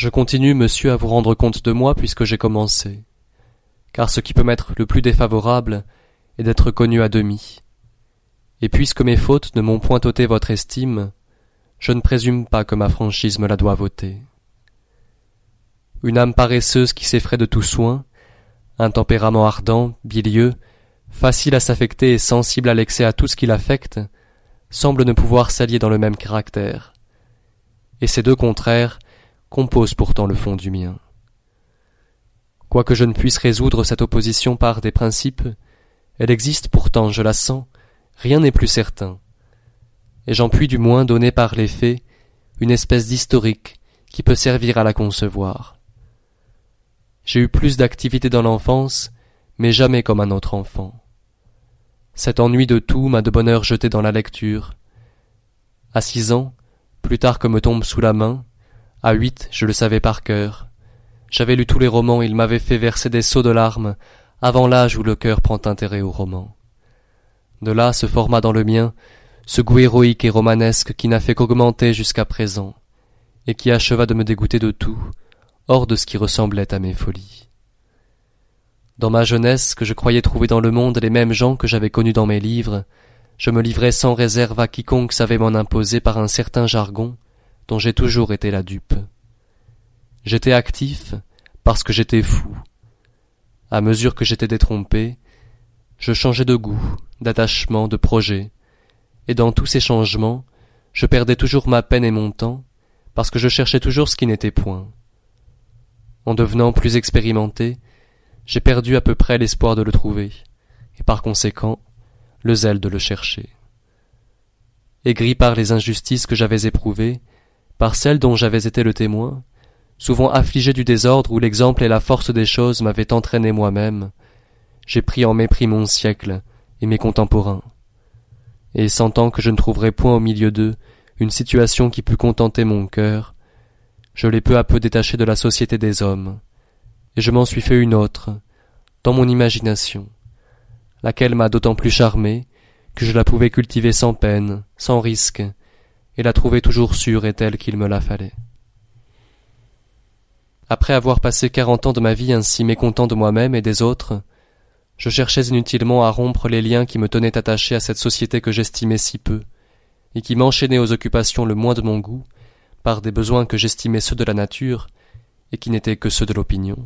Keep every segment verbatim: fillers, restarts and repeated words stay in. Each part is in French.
Je continue, monsieur, à vous rendre compte de moi puisque j'ai commencé. Car ce qui peut m'être le plus défavorable est d'être connu à demi. Et puisque mes fautes ne m'ont point ôté votre estime, je ne présume pas que ma franchise me la doive ôter. Une âme paresseuse qui s'effraie de tout soin, un tempérament ardent, bilieux, facile à s'affecter et sensible à l'excès à tout ce qui l'affecte, semble ne pouvoir s'allier dans le même caractère. Et ces deux contraires composent pourtant le fond du mien. Quoique je ne puisse résoudre cette opposition par des principes, elle existe pourtant, je la sens, rien n'est plus certain. Et j'en puis du moins donner par les faits une espèce d'historique qui peut servir à la concevoir. J'ai eu plus d'activité dans l'enfance, mais jamais comme un autre enfant. Cet ennui de tout m'a de bonne heure jeté dans la lecture. À six ans, plus tard que me tombe sous la main, à huit, je le savais par cœur. J'avais lu tous les romans, il m'avait fait verser des seaux de larmes, avant l'âge où le cœur prend intérêt aux romans. De là se forma dans le mien ce goût héroïque et romanesque qui n'a fait qu'augmenter jusqu'à présent, et qui acheva de me dégoûter de tout, hors de ce qui ressemblait à mes folies. Dans ma jeunesse, que je croyais trouver dans le monde les mêmes gens que j'avais connus dans mes livres, je me livrais sans réserve à quiconque savait m'en imposer par un certain jargon dont j'ai toujours été la dupe. J'étais actif parce que j'étais fou. À mesure que j'étais détrompé, je changeais de goût, d'attachement, de projet, et dans tous ces changements, je perdais toujours ma peine et mon temps, parce que je cherchais toujours ce qui n'était point. En devenant plus expérimenté, j'ai perdu à peu près l'espoir de le trouver, et par conséquent, le zèle de le chercher. Aigri par les injustices que j'avais éprouvées, par celles dont j'avais été le témoin, souvent affligé du désordre où l'exemple et la force des choses m'avaient entraîné moi-même, j'ai pris en mépris mon siècle et mes contemporains. Et sentant que je ne trouverais point au milieu d'eux une situation qui pût contenter mon cœur, je l'ai peu à peu détaché de la société des hommes, et je m'en suis fait une autre, dans mon imagination, laquelle m'a d'autant plus charmé que je la pouvais cultiver sans peine, sans risque, et la trouver toujours sûre et telle qu'il me la fallait. Après avoir passé quarante ans de ma vie ainsi mécontent de moi-même et des autres, je cherchais inutilement à rompre les liens qui me tenaient attaché à cette société que j'estimais si peu, et qui m'enchaînait aux occupations le moins de mon goût, par des besoins que j'estimais ceux de la nature, et qui n'étaient que ceux de l'opinion.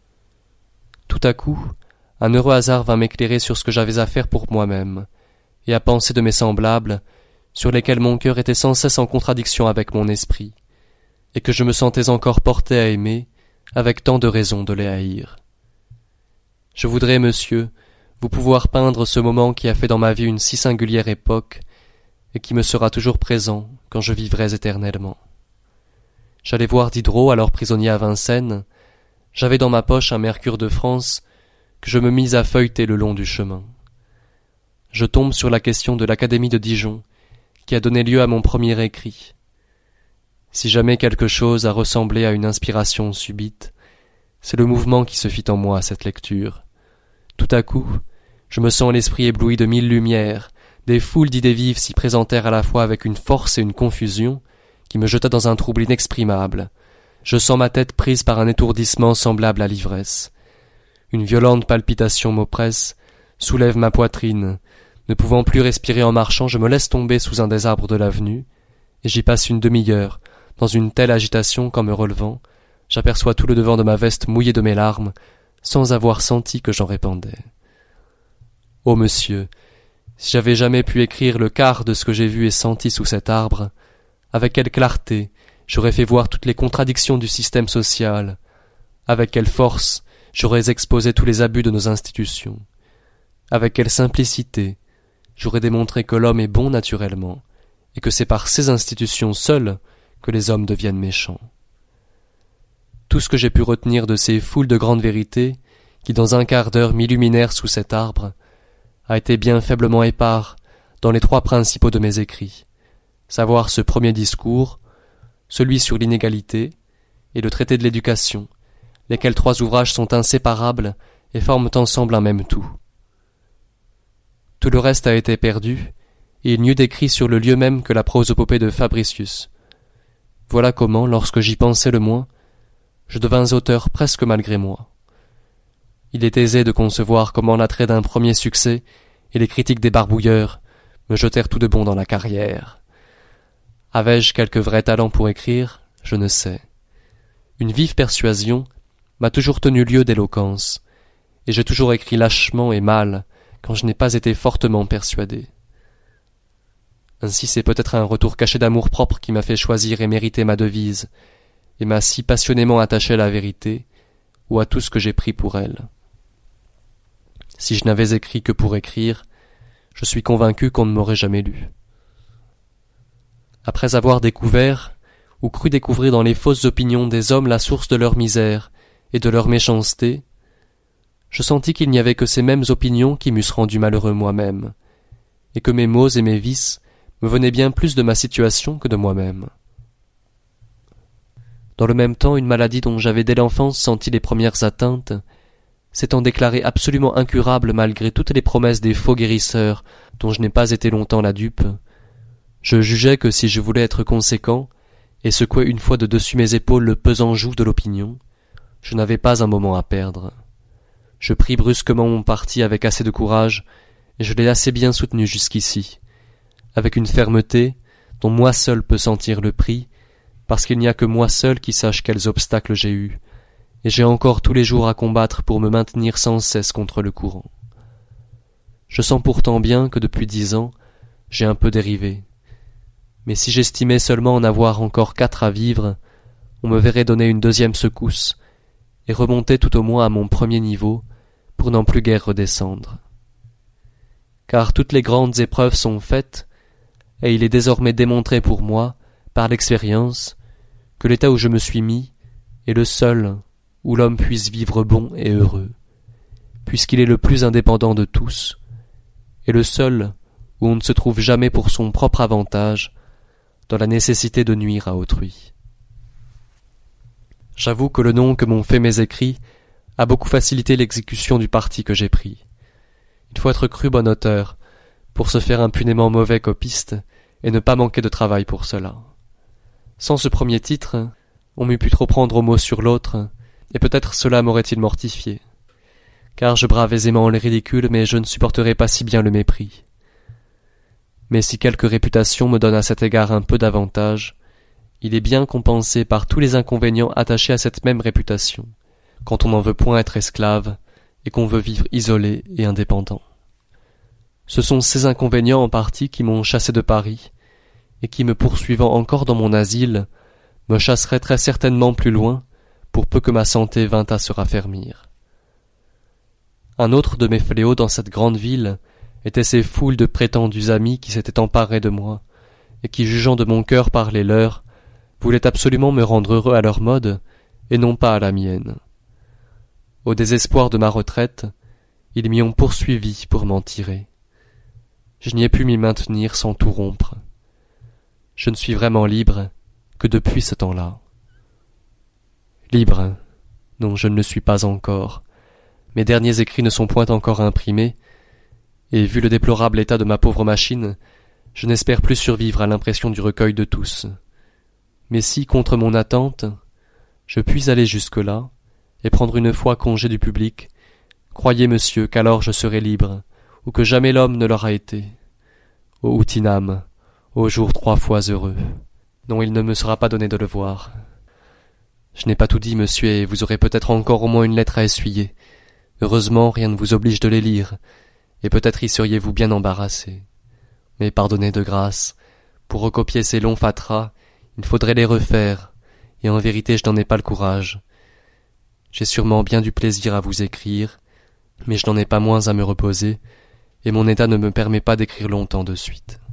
Tout à coup, un heureux hasard vint m'éclairer sur ce que j'avais à faire pour moi-même, et à penser de mes semblables, sur lesquels mon cœur était sans cesse en contradiction avec mon esprit, et que je me sentais encore porté à aimer, avec tant de raisons de les haïr. Je voudrais, monsieur, vous pouvoir peindre ce moment qui a fait dans ma vie une si singulière époque, et qui me sera toujours présent quand je vivrai éternellement. J'allais voir Diderot, alors prisonnier à Vincennes. J'avais dans ma poche un Mercure de France que je me mis à feuilleter le long du chemin. Je tombe sur la question de l'Académie de Dijon, qui a donné lieu à mon premier écrit. Si jamais quelque chose a ressemblé à une inspiration subite, c'est le mouvement qui se fit en moi à cette lecture. Tout à coup, je me sens l'esprit ébloui de mille lumières, des foules d'idées vives s'y présentèrent à la fois avec une force et une confusion qui me jeta dans un trouble inexprimable. Je sens ma tête prise par un étourdissement semblable à l'ivresse. Une violente palpitation m'oppresse, soulève ma poitrine. Ne pouvant plus respirer en marchant, je me laisse tomber sous un des arbres de l'avenue, et j'y passe une demi-heure, dans une telle agitation qu'en me relevant, j'aperçois tout le devant de ma veste mouillé de mes larmes, sans avoir senti que j'en répandais. Ô monsieur, si j'avais jamais pu écrire le quart de ce que j'ai vu et senti sous cet arbre, avec quelle clarté j'aurais fait voir toutes les contradictions du système social, avec quelle force j'aurais exposé tous les abus de nos institutions, avec quelle simplicité j'aurais démontré que l'homme est bon naturellement, et que c'est par ces institutions seules que les hommes deviennent méchants. Tout ce que j'ai pu retenir de ces foules de grandes vérités, qui dans un quart d'heure m'illuminèrent sous cet arbre, a été bien faiblement épars dans les trois principaux de mes écrits, savoir ce premier discours, celui sur l'inégalité et le traité de l'éducation, lesquels trois ouvrages sont inséparables et forment ensemble un même tout. Tout le reste a été perdu, et il n'y eut d'écrit sur le lieu même que la prosopopée de Fabricius. Voilà comment, lorsque j'y pensais le moins, je devins auteur presque malgré moi. Il est aisé de concevoir comment l'attrait d'un premier succès et les critiques des barbouilleurs me jetèrent tout de bon dans la carrière. Avais-je quelque vrai talent pour écrire? Je ne sais. Une vive persuasion m'a toujours tenu lieu d'éloquence, et j'ai toujours écrit lâchement et mal quand je n'ai pas été fortement persuadé. Ainsi c'est peut-être un retour caché d'amour-propre qui m'a fait choisir et mériter ma devise, et m'a si passionnément attaché à la vérité, ou à tout ce que j'ai pris pour elle. Si je n'avais écrit que pour écrire, je suis convaincu qu'on ne m'aurait jamais lu. Après avoir découvert, ou cru découvrir dans les fausses opinions des hommes la source de leur misère et de leur méchanceté, je sentis qu'il n'y avait que ces mêmes opinions qui m'eussent rendu malheureux moi-même, et que mes maux et mes vices me venaient bien plus de ma situation que de moi-même. Dans le même temps, une maladie dont j'avais dès l'enfance senti les premières atteintes, s'étant déclarée absolument incurable malgré toutes les promesses des faux guérisseurs dont je n'ai pas été longtemps la dupe, je jugeais que si je voulais être conséquent et secouer une fois de dessus mes épaules le pesant joug de l'opinion, je n'avais pas un moment à perdre. Je pris brusquement mon parti avec assez de courage, et je l'ai assez bien soutenu jusqu'ici, avec une fermeté dont moi seul peux sentir le prix, parce qu'il n'y a que moi seul qui sache quels obstacles j'ai eus, et j'ai encore tous les jours à combattre pour me maintenir sans cesse contre le courant. Je sens pourtant bien que depuis dix ans, j'ai un peu dérivé, mais si j'estimais seulement en avoir encore quatre à vivre, on me verrait donner une deuxième secousse, et remonter tout au moins à mon premier niveau, pour n'en plus guère redescendre. Car toutes les grandes épreuves sont faites, et il est désormais démontré pour moi, par l'expérience, que l'état où je me suis mis est le seul où l'homme puisse vivre bon et heureux, puisqu'il est le plus indépendant de tous, et le seul où on ne se trouve jamais pour son propre avantage, dans la nécessité de nuire à autrui. J'avoue que le nom que m'ont fait mes écrits a beaucoup facilité l'exécution du parti que j'ai pris. Il faut être cru bon auteur pour se faire impunément mauvais copiste et ne pas manquer de travail pour cela. Sans ce premier titre, on m'eût pu trop prendre au mot sur l'autre, et peut-être cela m'aurait-il mortifié. Car je brave aisément les ridicules, mais je ne supporterai pas si bien le mépris. Mais si quelque réputation me donne à cet égard un peu d'avantage, il est bien compensé par tous les inconvénients attachés à cette même réputation, quand on n'en veut point être esclave, et qu'on veut vivre isolé et indépendant. Ce sont ces inconvénients en partie qui m'ont chassé de Paris, et qui, me poursuivant encore dans mon asile, me chasseraient très certainement plus loin, pour peu que ma santé vînt à se raffermir. Un autre de mes fléaux dans cette grande ville étaient ces foules de prétendus amis qui s'étaient emparés de moi, et qui, jugeant de mon cœur par les leurs, voulaient absolument me rendre heureux à leur mode, et non pas à la mienne. Au désespoir de ma retraite, ils m'y ont poursuivi pour m'en tirer. Je n'y ai pu m'y maintenir sans tout rompre. Je ne suis vraiment libre que depuis ce temps-là. Libre, non, je ne le suis pas encore. Mes derniers écrits ne sont point encore imprimés, et vu le déplorable état de ma pauvre machine, je n'espère plus survivre à l'impression du recueil de tous. Mais si, contre mon attente, je puis aller jusque-là, et prendre une fois congé du public, croyez, monsieur, qu'alors je serai libre, ou que jamais l'homme ne l'aura été. Ô Utinam, ô jour trois fois heureux. Non, il ne me sera pas donné de le voir. Je n'ai pas tout dit, monsieur, et vous aurez peut-être encore au moins une lettre à essuyer. Heureusement, rien ne vous oblige de les lire, et peut-être y seriez-vous bien embarrassé. Mais pardonnez de grâce, pour recopier ces longs fatras, il faudrait les refaire, et en vérité je n'en ai pas le courage. J'ai sûrement bien du plaisir à vous écrire, mais je n'en ai pas moins à me reposer, et mon état ne me permet pas d'écrire longtemps de suite.